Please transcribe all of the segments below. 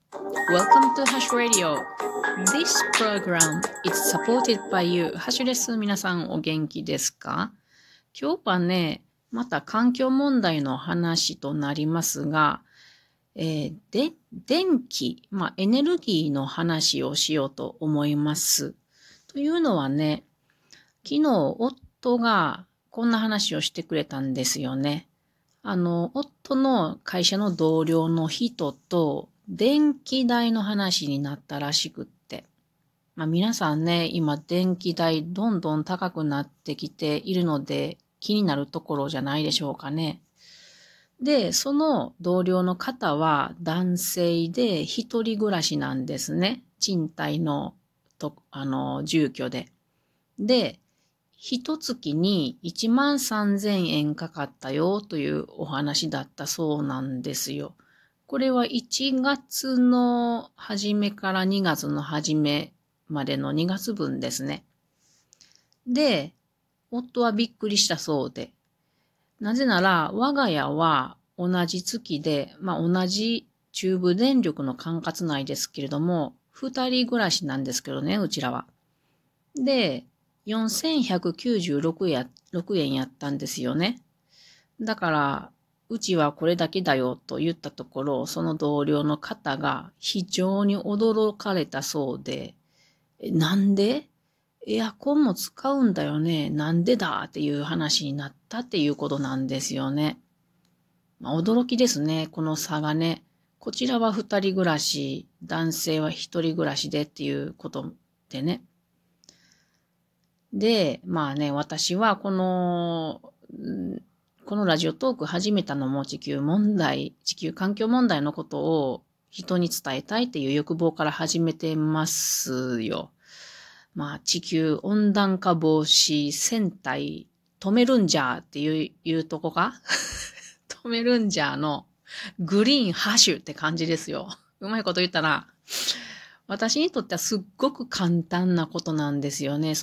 Welcome to Hash Radio. This program is supported by you. ハッシュです。皆さんお元気ですか？今日はね、また環境問題の話となりますが、電気、エネルギーの話をしようと思います。というのはね、昨日夫がこんな話をしてくれたんですよね。夫の会社の同僚の人と電気代の話になったらしくって。皆さんね、今電気代どんどん高くなってきているので気になるところじゃないでしょうかね。で、その同僚の方は男性で一人暮らしなんですね。賃貸の住居で。で、一月に13,000円かかったよというお話だったそうなんですよ。これは1月の初めから2月の初めまでの2月分ですね。で、夫はびっくりしたそうで。なぜなら我が家は同じ月で、同じ中部電力の管轄内ですけれども、二人暮らしなんですけどね、うちらは。で、4196円やったんですよね。だから、うちはこれだけだよと言ったところ、その同僚の方が非常に驚かれたそうで、なんでエアコンも使うんだよね。なんでだっていう話になったっていうことなんですよね。驚きですね、この差がね。こちらは二人暮らし、男性は一人暮らしでっていうことでね。で、私はこのラジオトーク始めたのも地球環境問題のことを人に伝えたいっていう欲望から始めてますよ。地球温暖化防止戦隊止めるんじゃっていうとこか止めるんじゃのグリーンハッシュって感じですよ。うまいこと言ったら、私にとってはすっごく簡単なことなんですよね。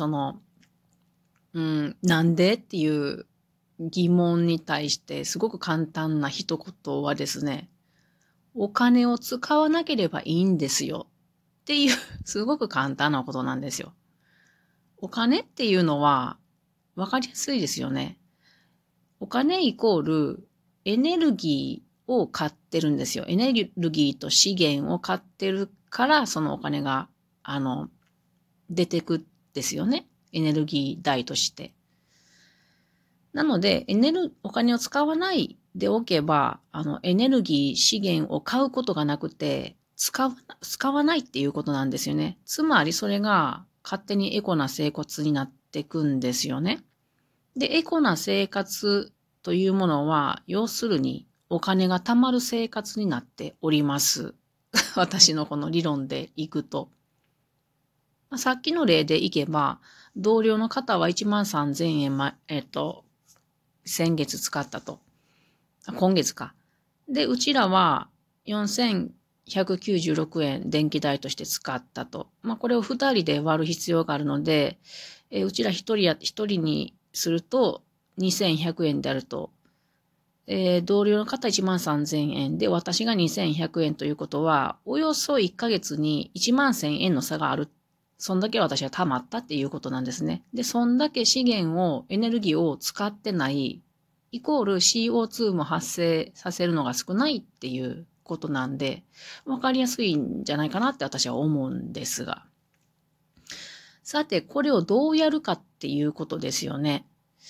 なんでっていう疑問に対してすごく簡単な一言はですね、お金を使わなければいいんですよっていうすごく簡単なことなんですよ。お金っていうのはわかりやすいですよね。お金イコールエネルギーを買ってるんですよ。エネルギーと資源を買ってるからそのお金が出てくですよね。エネルギー代として。なので、お金を使わないでおけば、エネルギー資源を買うことがなくて、使わないっていうことなんですよね。つまりそれが勝手にエコな生活になっていくんですよね。で、エコな生活というものは、要するにお金が貯まる生活になっております。私のこの理論でいくと。さっきの例でいけば、同僚の方は13,000円、先月使ったと。今月か。で、うちらは4196円電気代として使ったと。これを2人で割る必要があるので、うちら1人にすると2100円であると。同僚の方13,000円で、私が2100円ということは、およそ1ヶ月に11,000円の差がある。そんだけ私は貯まったっていうことなんですね。で、そんだけエネルギーを使ってない、イコール CO2 も発生させるのが少ないっていうことなんで、わかりやすいんじゃないかなって私は思うんですが。さて、これをどうやるかっていうことですよね。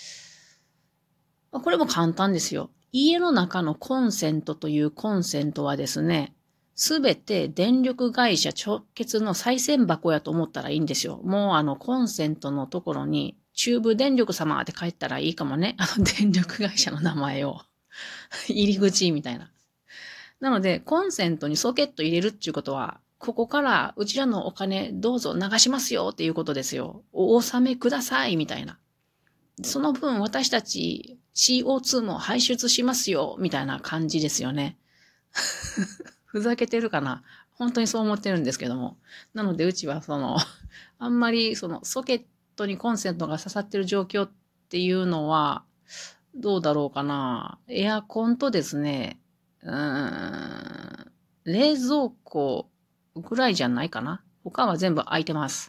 これも簡単ですよ。家の中のコンセントというコンセントはですね、すべて電力会社直結の再銭箱やと思ったらいいんですよ。もうコンセントのところに中部電力様って書いたらいいかもね。電力会社の名前を。入り口みたいな。なので、コンセントにソケット入れるっていうことは、ここからうちらのお金どうぞ流しますよっていうことですよ。お納めくださいみたいな。その分私たち CO2 も排出しますよみたいな感じですよね。ふざけてるかな？本当にそう思ってるんですけども。なのでうちはあんまりソケットにコンセントが刺さってる状況っていうのは、どうだろうかな。エアコンとですね、 冷蔵庫ぐらいじゃないかな。他は全部空いてます。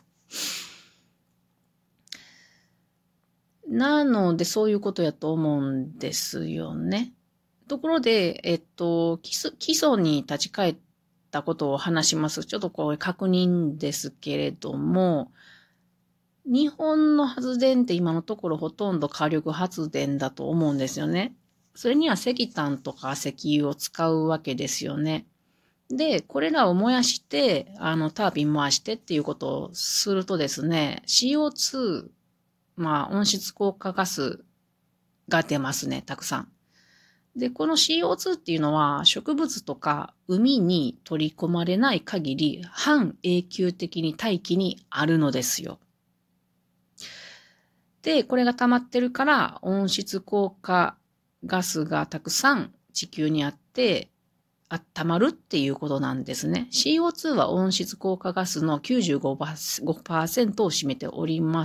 なので、そういうことやと思うんですよね。ところで、基礎に立ち返ったことを話します。ちょっとこれ確認ですけれども、日本の発電って今のところほとんど火力発電だと思うんですよね。それには石炭とか石油を使うわけですよね。で、これらを燃やして、タービン回してっていうことをするとですね、CO2、温室効果ガスが出ますね、たくさん。で、この CO2 っていうのは植物とか海に取り込まれない限り半永久的に大気にあるのですよ。で、これが溜まってるから温室効果ガスがたくさん地球にあって温まるっていうことなんですね。CO2 は温室効果ガスの 95% を占めております。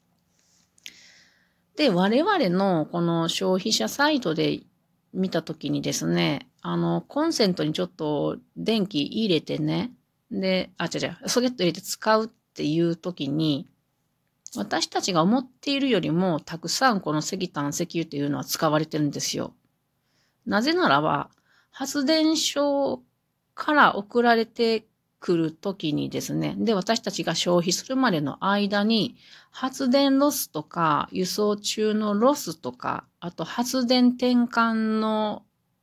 で、我々のこの消費者サイトで見たときにですね、コンセントにちょっと電気入れてね、で、ソケット入れて使うっていうときに、私たちが思っているよりもたくさんこの石炭、石油っていうのは使われてるんですよ。なぜならば、発電所から送られてくるときにですね、で、私たちが消費するまでの間に、発電ロスとか、輸送中のロスとか、あと発電転換の、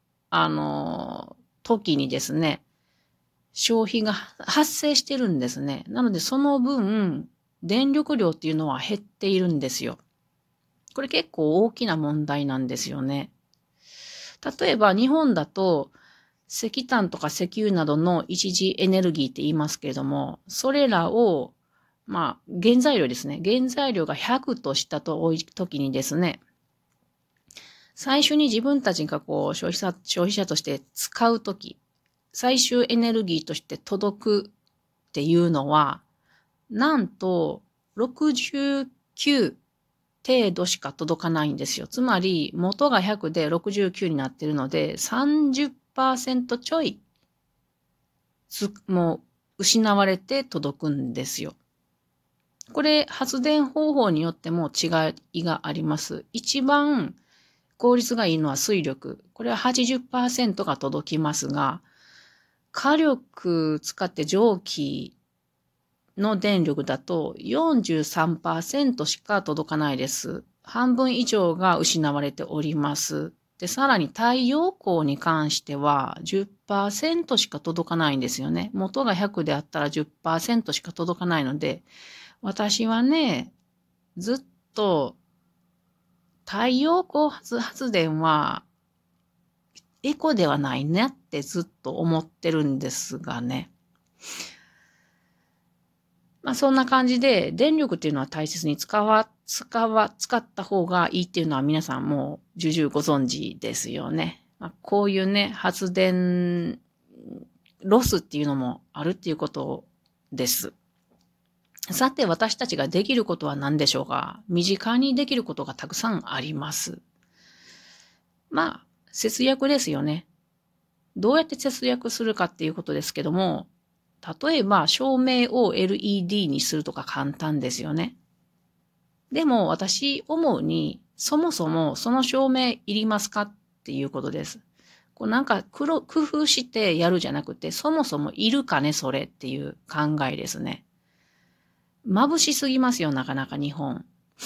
時にですね、消費が発生してるんですね。なので、その分、電力量っていうのは減っているんですよ。これ結構大きな問題なんですよね。例えば日本だと石炭とか石油などの一次エネルギーって言いますけれども、それらを、原材料ですね。原材料が100としたと時にですね、最初に自分たちが消費者として使うとき、最終エネルギーとして届くっていうのは、なんと69程度しか届かないんですよ。つまり、元が100で69になっているので、30% ちょい、もう失われて届くんですよ。これ、発電方法によっても違いがあります。一番効率がいいのは水力。これは 80% が届きますが、火力使って蒸気の電力だと 43% しか届かないです。半分以上が失われております。で、さらに太陽光に関しては 10% しか届かないんですよね。元が100であったら 10% しか届かないので、私はね、ずっと太陽光発電はエコではないねってずっと思ってるんですがね。そんな感じで、電力っていうのは大切に使った方がいいっていうのは皆さんもう重々ご存知ですよね。こういうね、発電ロスっていうのもあるっていうことです。さて、私たちができることは何でしょうか？身近にできることがたくさんあります。節約ですよね。どうやって節約するかっていうことですけども、例えば照明を LED にするとか簡単ですよね。でも私思うに、そもそもその照明いりますかっていうことです。なんか工夫してやるじゃなくて、そもそもいるかねそれっていう考えですね。眩しすぎますよ、なかなか日本。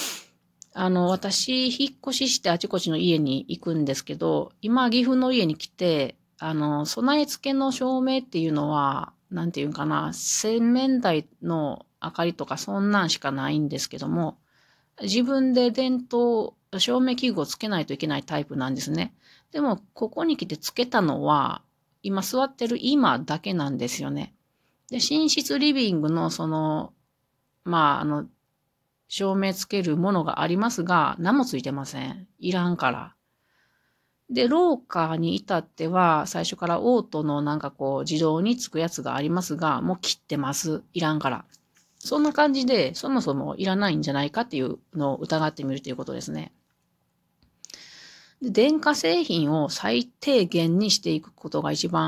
私、引っ越ししてあちこちの家に行くんですけど、今、岐阜の家に来て、備え付けの照明っていうのは、なんていうかな、洗面台の明かりとかそんなんしかないんですけども、自分で照明器具をつけないといけないタイプなんですね。でも、ここに来てつけたのは、今座ってる今だけなんですよね。で、寝室リビングの照明つけるものがありますが、何もついてません。いらんから。で、廊下に至っては、最初からオートの自動につくやつがありますが、もう切ってます。いらんから。そんな感じで、そもそもいらないんじゃないかっていうのを疑ってみるということですね。で、電化製品を最低限にしていくことが一番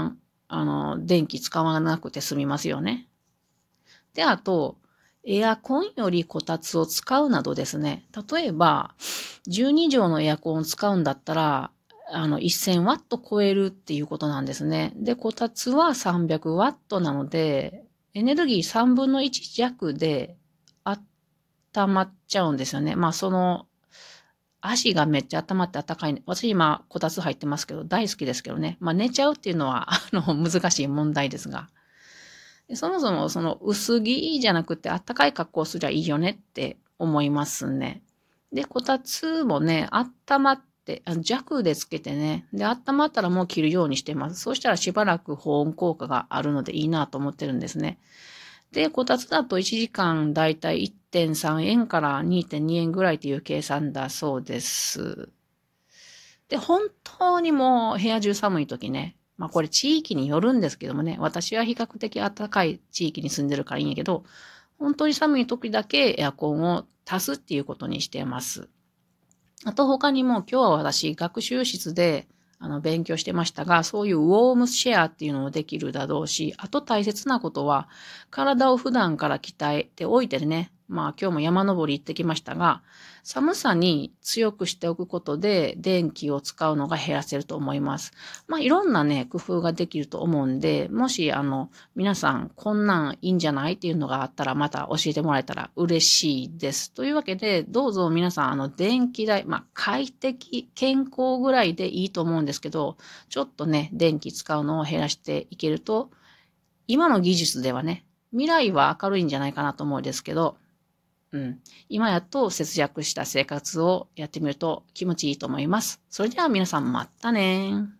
電気使わなくて済みますよね。で、あと、エアコンよりこたつを使うなどですね。例えば、12畳のエアコンを使うんだったら、1000ワット超えるっていうことなんですね。で、こたつは300ワットなので、エネルギー3分の1弱で温まっちゃうんですよね。まあ、足がめっちゃ温まって暖かい。私今、こたつ入ってますけど、大好きですけどね。まあ、寝ちゃうっていうのは、難しい問題ですが。そもそも薄着じゃなくて暖かい格好すりゃいいよねって思いますね。で、こたつもね、温まって、弱でつけてね、で、温まったらもう着るようにしてます。そうしたらしばらく保温効果があるのでいいなと思ってるんですね。で、こたつだと1時間だいたい 1.3 円から 2.2 円ぐらいという計算だそうです。で、本当にもう部屋中寒い時ね、まあこれ地域によるんですけどもね、私は比較的暖かい地域に住んでるからいいんやけど、本当に寒い時だけエアコンを足すっていうことにしています。あと他にも今日は私学習室で勉強してましたが、そういうウォームシェアっていうのもできるだろうし、あと大切なことは、体を普段から鍛えておいてね、まあ今日も山登り行ってきましたが、寒さに強くしておくことで電気を使うのが減らせると思います。まあいろんなね、工夫ができると思うんで、もし皆さんこんなんいいんじゃないっていうのがあったらまた教えてもらえたら嬉しいです。というわけで、どうぞ皆さん電気代、まあ快適、健康ぐらいでいいと思うんですけど、ちょっとね、電気使うのを減らしていけると、今の技術ではね、未来は明るいんじゃないかなと思うんですけど、今やっと節約した生活をやってみると気持ちいいと思います。それでは皆さんまたね。